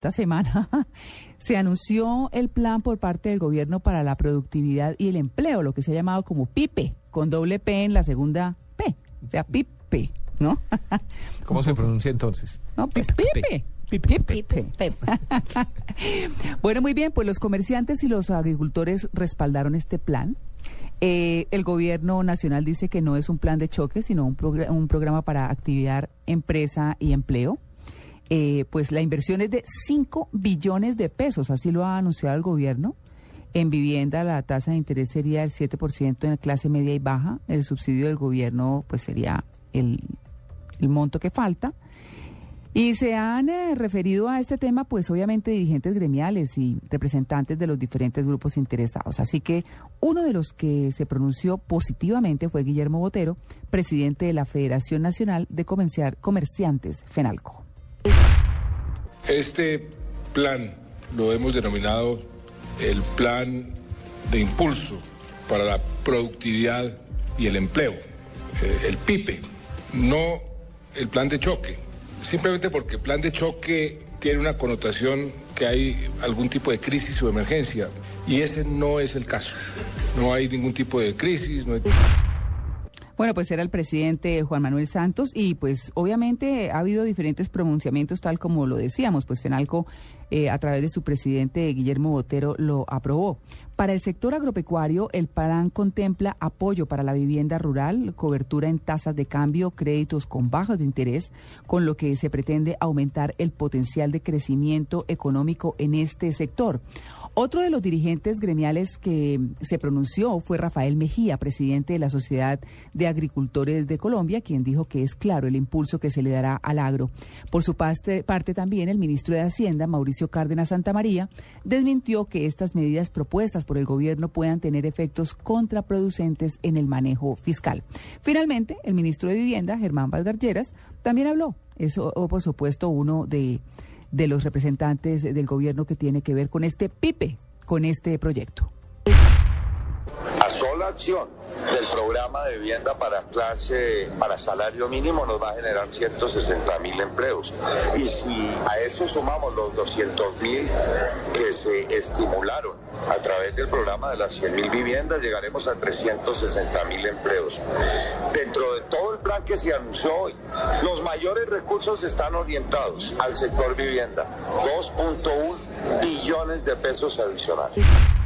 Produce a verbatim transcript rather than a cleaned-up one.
Esta semana se anunció el plan por parte del gobierno para la productividad y el empleo, lo que se ha llamado como PIPE, con doble P en la segunda P, o sea, PIPE, ¿no? ¿Cómo se pronuncia entonces? No, pues PIPE. Pipe. Bueno, muy bien, pues los comerciantes y los agricultores respaldaron este plan. Eh, el gobierno nacional dice que no es un plan de choque, sino un, progr- un programa para actividad, empresa y empleo. Eh, pues la inversión es de cinco billones de pesos, así lo ha anunciado el gobierno. En vivienda la tasa de interés sería el siete por ciento en la clase media y baja. El subsidio del gobierno pues sería el, el monto que falta. Y se han eh, referido a este tema, pues obviamente dirigentes gremiales y representantes de los diferentes grupos interesados. Así que uno de los que se pronunció positivamente fue Guillermo Botero, presidente de la Federación Nacional de Comerciar- Comerciantes, FENALCO. Este plan lo hemos denominado el plan de impulso para la productividad y el empleo, eh, el PIPE, no el plan de choque. Simplemente porque plan de choque tiene una connotación que hay algún tipo de crisis o emergencia, y ese no es el caso. No hay ningún tipo de crisis, no hay... Bueno, pues era el presidente Juan Manuel Santos y pues obviamente ha habido diferentes pronunciamientos tal como lo decíamos, pues FENALCO eh, a través de su presidente Guillermo Botero lo aprobó. Para el sector agropecuario, el plan contempla apoyo para la vivienda rural, cobertura en tasas de cambio, créditos con bajos de interés, con lo que se pretende aumentar el potencial de crecimiento económico en este sector. Otro de los dirigentes gremiales que se pronunció fue Rafael Mejía, presidente de la Sociedad de Agricultores de Colombia, quien dijo que es claro el impulso que se le dará al agro. Por su parte, parte también el ministro de Hacienda, Mauricio Cárdenas Santamaría, desmintió que estas medidas propuestas por el gobierno puedan tener efectos contraproducentes en el manejo fiscal. Finalmente, el ministro de Vivienda, Germán Vargas Lleras, también habló. Eso, por supuesto, uno de... de los representantes del gobierno que tiene que ver con este PIPE, con este proyecto. La sola acción del programa de vivienda para clase, para salario mínimo, nos va a generar ciento sesenta mil empleos. Y si a eso sumamos los doscientos mil que se estimularon a través del programa de las cien mil viviendas, llegaremos a trescientos sesenta mil empleos. Dentro de todo el plan que se anunció hoy, los mayores recursos están orientados al sector vivienda, dos punto uno billones de pesos adicionales.